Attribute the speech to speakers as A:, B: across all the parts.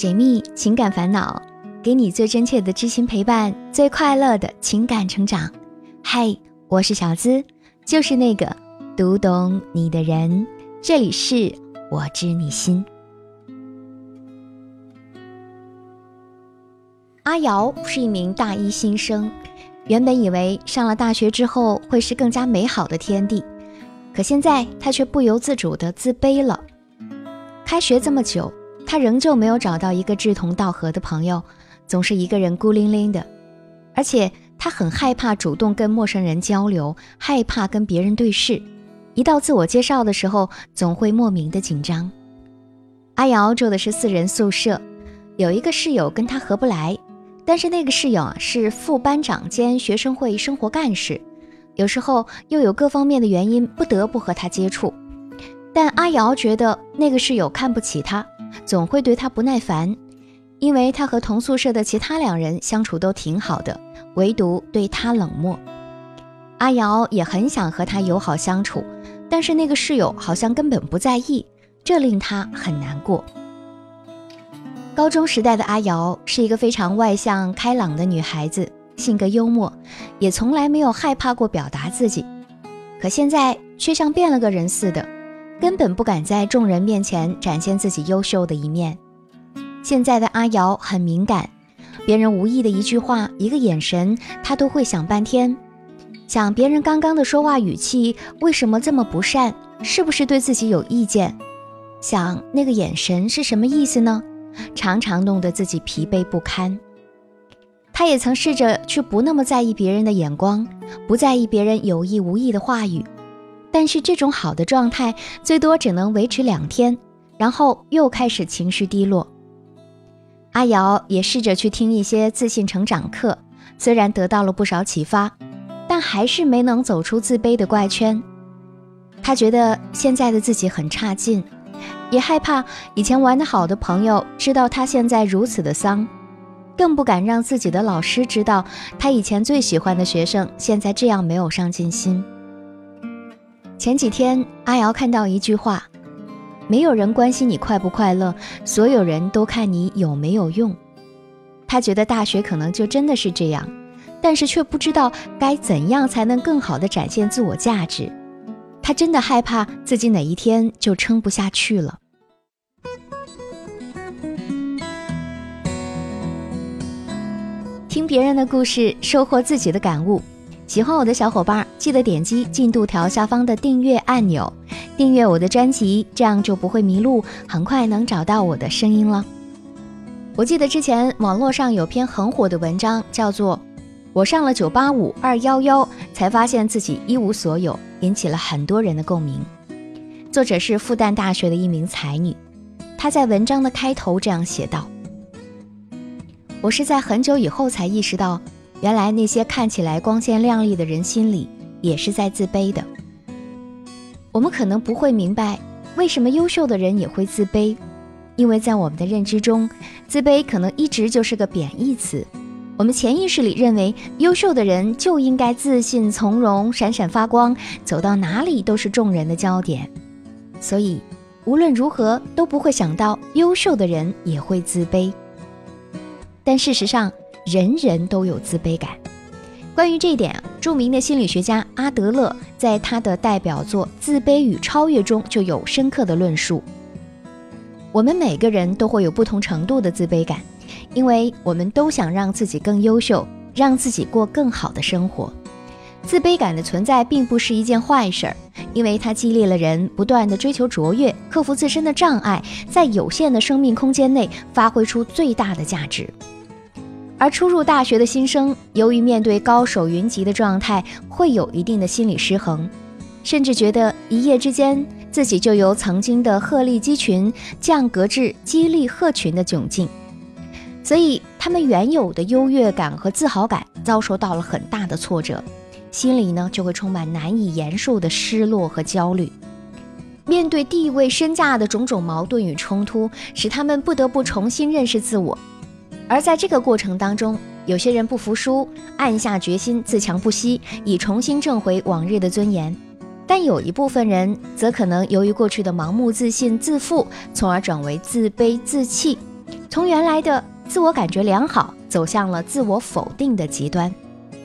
A: 解密情感烦恼，给你最真切的知心陪伴，最快乐的情感成长。嗨，我是小资，就是那个读懂你的人。这里是我知你心。阿瑶是一名大一新生，原本以为上了大学之后会是更加美好的天地，可现在她却不由自主地自卑了。开学这么久，她仍旧没有找到一个志同道合的朋友，总是一个人孤零零的，而且她很害怕主动跟陌生人交流，害怕跟别人对视，一到自我介绍的时候总会莫名的紧张。阿瑶住的是4人宿舍，有一个室友跟她合不来，但是那个室友是副班长兼学生会生活干事，有时候又有各方面的原因不得不和他接触。但阿瑶觉得那个室友看不起他，总会对他不耐烦，因为他和同宿舍的其他2人相处都挺好的，唯独对他冷漠。阿瑶也很想和他友好相处，但是那个室友好像根本不在意，这令他很难过。高中时代的阿瑶是一个非常外向开朗的女孩子，性格幽默，也从来没有害怕过表达自己。可现在却像变了个人似的，根本不敢在众人面前展现自己优秀的一面。现在的阿瑶很敏感，别人无意的一句话一个眼神她都会想半天，想别人刚刚的说话语气为什么这么不善，是不是对自己有意见，想那个眼神是什么意思呢，常常弄得自己疲惫不堪。他也曾试着去不那么在意别人的眼光，不在意别人有意无意的话语，但是这种好的状态最多只能维持2天，然后又开始情绪低落。阿瑶也试着去听一些自信成长课，虽然得到了不少启发，但还是没能走出自卑的怪圈。他觉得现在的自己很差劲，也害怕以前玩得好的朋友知道他现在如此的丧，更不敢让自己的老师知道他以前最喜欢的学生现在这样没有上进心。前几天阿瑶看到一句话，没有人关心你快不快乐，所有人都看你有没有用。他觉得大学可能就真的是这样，但是却不知道该怎样才能更好地展现自我价值。他真的害怕自己哪一天就撑不下去了。听别人的故事，收获自己的感悟。喜欢我的小伙伴记得点击进度条下方的订阅按钮，订阅我的专辑，这样就不会迷路，很快能找到我的声音了。我记得之前网络上有篇很火的文章，叫做我上了985、211才发现自己一无所有，引起了很多人的共鸣。作者是复旦大学的一名才女，她在文章的开头这样写道，我是在很久以后才意识到，原来那些看起来光鲜亮丽的人心里也是在自卑的。我们可能不会明白为什么优秀的人也会自卑，因为在我们的认知中，自卑可能一直就是个贬义词。我们潜意识里认为优秀的人就应该自信从容，闪闪发光，走到哪里都是众人的焦点，所以无论如何都不会想到优秀的人也会自卑。但事实上人人都有自卑感。关于这一点，著名的心理学家阿德勒在他的代表作《自卑与超越》中就有深刻的论述。我们每个人都会有不同程度的自卑感，因为我们都想让自己更优秀，让自己过更好的生活。自卑感的存在并不是一件坏事，因为它激励了人不断地追求卓越，克服自身的障碍，在有限的生命空间内发挥出最大的价值。而初入大学的新生，由于面对高手云集的状态，会有一定的心理失衡，甚至觉得一夜之间自己就由曾经的鹤立鸡群降格至激励鹤群的窘境，所以他们原有的优越感和自豪感遭受到了很大的挫折，心里呢就会充满难以言述的失落和焦虑。面对地位身价的种种矛盾与冲突，使他们不得不重新认识自我。而在这个过程当中，有些人不服输，暗下决心自强不息，以重新挣回往日的尊严。但有一部分人则可能由于过去的盲目自信自负，从而转为自卑自弃， 从原来的自我感觉良好走向了自我否定的极端。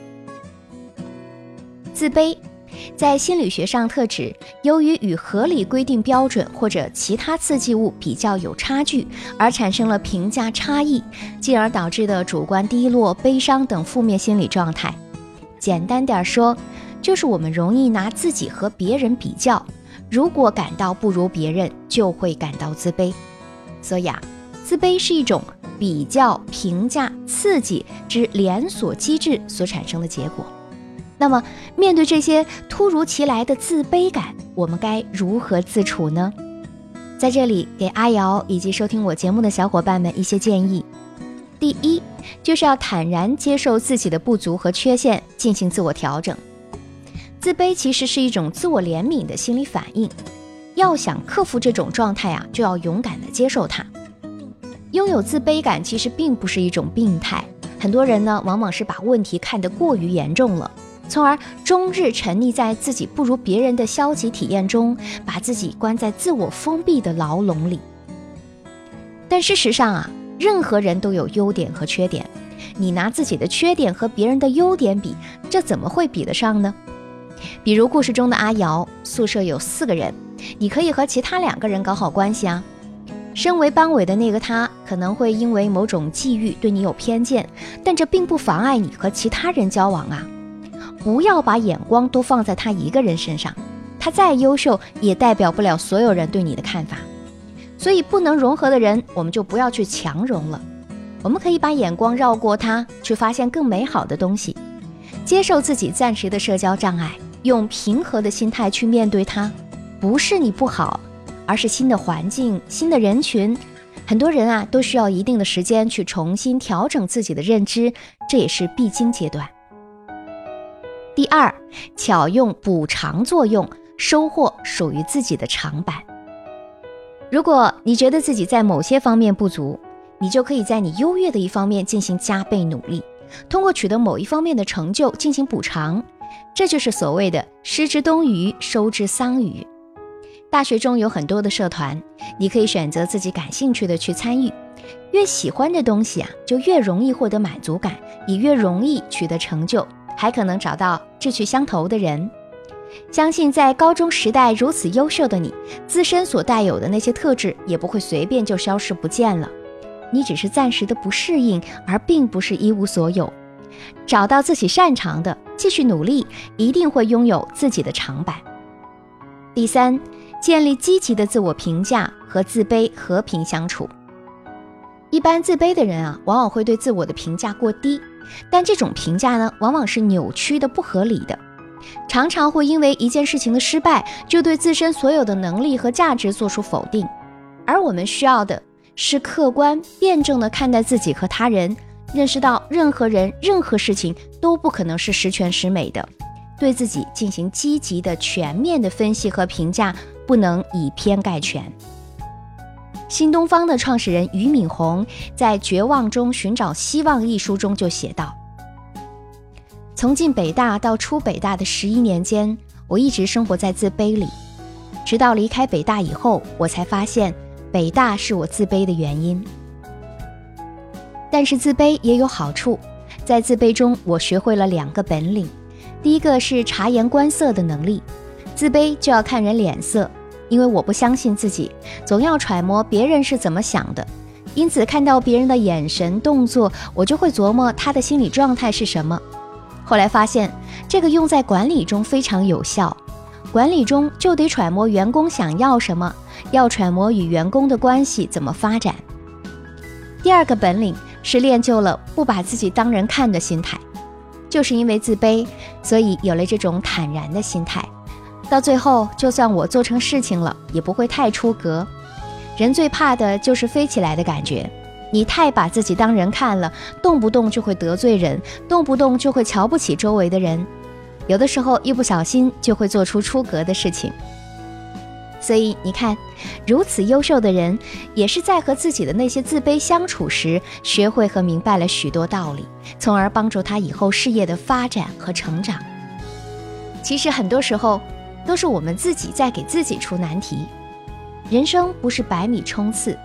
A: 自卑在心理学上特指由于与合理规定标准或者其他刺激物比较有差距，而产生了评价差异，进而导致的主观低落、悲伤等负面心理状态。简单点说，就是我们容易拿自己和别人比较，如果感到不如别人，就会感到自卑。所以自卑是一种比较、评价、刺激之连锁机制所产生的结果。那么面对这些突如其来的自卑感，我们该如何自处呢？在这里给阿瑶以及收听我节目的小伙伴们一些建议。第一，就是要坦然接受自己的不足和缺陷，进行自我调整。自卑其实是一种自我怜悯的心理反应，要想克服这种状态就要勇敢地接受它。拥有自卑感其实并不是一种病态，很多人呢往往是把问题看得过于严重了，从而终日沉溺在自己不如别人的消极体验中，把自己关在自我封闭的牢笼里。但事实上任何人都有优点和缺点，你拿自己的缺点和别人的优点比，这怎么会比得上呢？比如故事中的阿瑶，宿舍有4个人，你可以和其他2个人搞好关系身为班委的那个他，可能会因为某种际遇对你有偏见，但这并不妨碍你和其他人交往不要把眼光都放在他一个人身上，他再优秀也代表不了所有人对你的看法。所以不能融合的人，我们就不要去强融了，我们可以把眼光绕过他，去发现更美好的东西，接受自己暂时的社交障碍，用平和的心态去面对它。不是你不好，而是新的环境、新的人群，很多人都需要一定的时间去重新调整自己的认知，这也是必经阶段。第二，巧用补偿作用，收获属于自己的长板。如果你觉得自己在某些方面不足，你就可以在你优越的一方面进行加倍努力，通过取得某一方面的成就进行补偿，这就是所谓的失之东隅，收之桑榆。大学中有很多的社团，你可以选择自己感兴趣的去参与，越喜欢的东西就越容易获得满足感，也越容易取得成就，还可能找到志趣相投的人。相信在高中时代如此优秀的你，自身所带有的那些特质也不会随便就消失不见了，你只是暂时的不适应，而并不是一无所有。找到自己擅长的，继续努力，一定会拥有自己的长板。第三，建立积极的自我评价，和自卑和平相处。一般自卑的人往往会对自我的评价过低，但这种评价呢，往往是扭曲的、不合理的，常常会因为一件事情的失败，就对自身所有的能力和价值做出否定。而我们需要的是客观辩证地看待自己和他人，认识到任何人、任何事情都不可能是十全十美的，对自己进行积极的、全面的分析和评价，不能以偏概全。新东方的创始人俞敏洪在《绝望中寻找希望》一书中就写道，从进北大到出北大的11年间，我一直生活在自卑里，直到离开北大以后，我才发现北大是我自卑的原因。但是自卑也有好处，在自卑中我学会了2个本领。第一个是察言观色的能力，自卑就要看人脸色，因为我不相信自己，总要揣摩别人是怎么想的，因此看到别人的眼神动作，我就会琢磨他的心理状态是什么。后来发现这个用在管理中非常有效，管理中就得揣摩员工想要什么，要揣摩与员工的关系怎么发展。第2个本领是练就了不把自己当人看的心态，就是因为自卑，所以有了这种坦然的心态，到最后就算我做成事情了，也不会太出格。人最怕的就是飞起来的感觉，你太把自己当人看了，动不动就会得罪人，动不动就会瞧不起周围的人，有的时候一不小心就会做出出格的事情。所以你看，如此优秀的人，也是在和自己的那些自卑相处时，学会和明白了许多道理，从而帮助他以后事业的发展和成长。其实很多时候都是我们自己在给自己出难题。人生不是百米冲刺，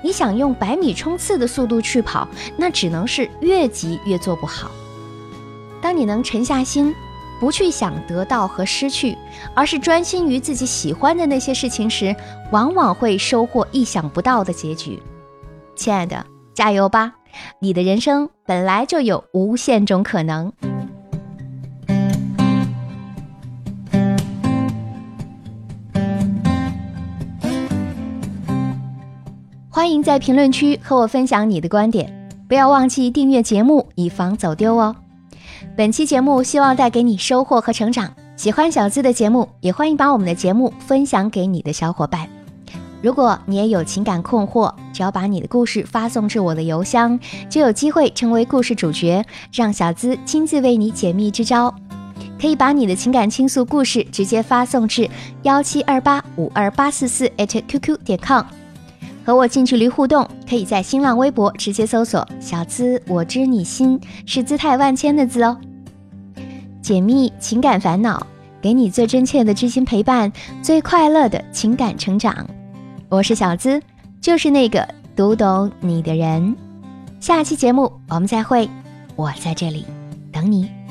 A: 你想用100米冲刺的速度去跑，那只能是越急越做不好。当你能沉下心，不去想得到和失去，而是专心于自己喜欢的那些事情时，往往会收获意想不到的结局。亲爱的，加油吧！你的人生本来就有无限种可能。欢迎在评论区和我分享你的观点，不要忘记订阅节目，以防走丢哦。本期节目希望带给你收获和成长，喜欢小资的节目，也欢迎把我们的节目分享给你的小伙伴。如果你也有情感困惑，只要把你的故事发送至我的邮箱，就有机会成为故事主角，让小资亲自为你解密支招。可以把你的情感倾诉故事直接发送至1728528844@qq.com，和我近距离互动，可以在新浪微博直接搜索小资我知你心，是姿态万千的字哦。解密情感烦恼，给你最真切的知心陪伴，最快乐的情感成长。我是小资，就是那个读懂你的人。下期节目我们再会，我在这里等你。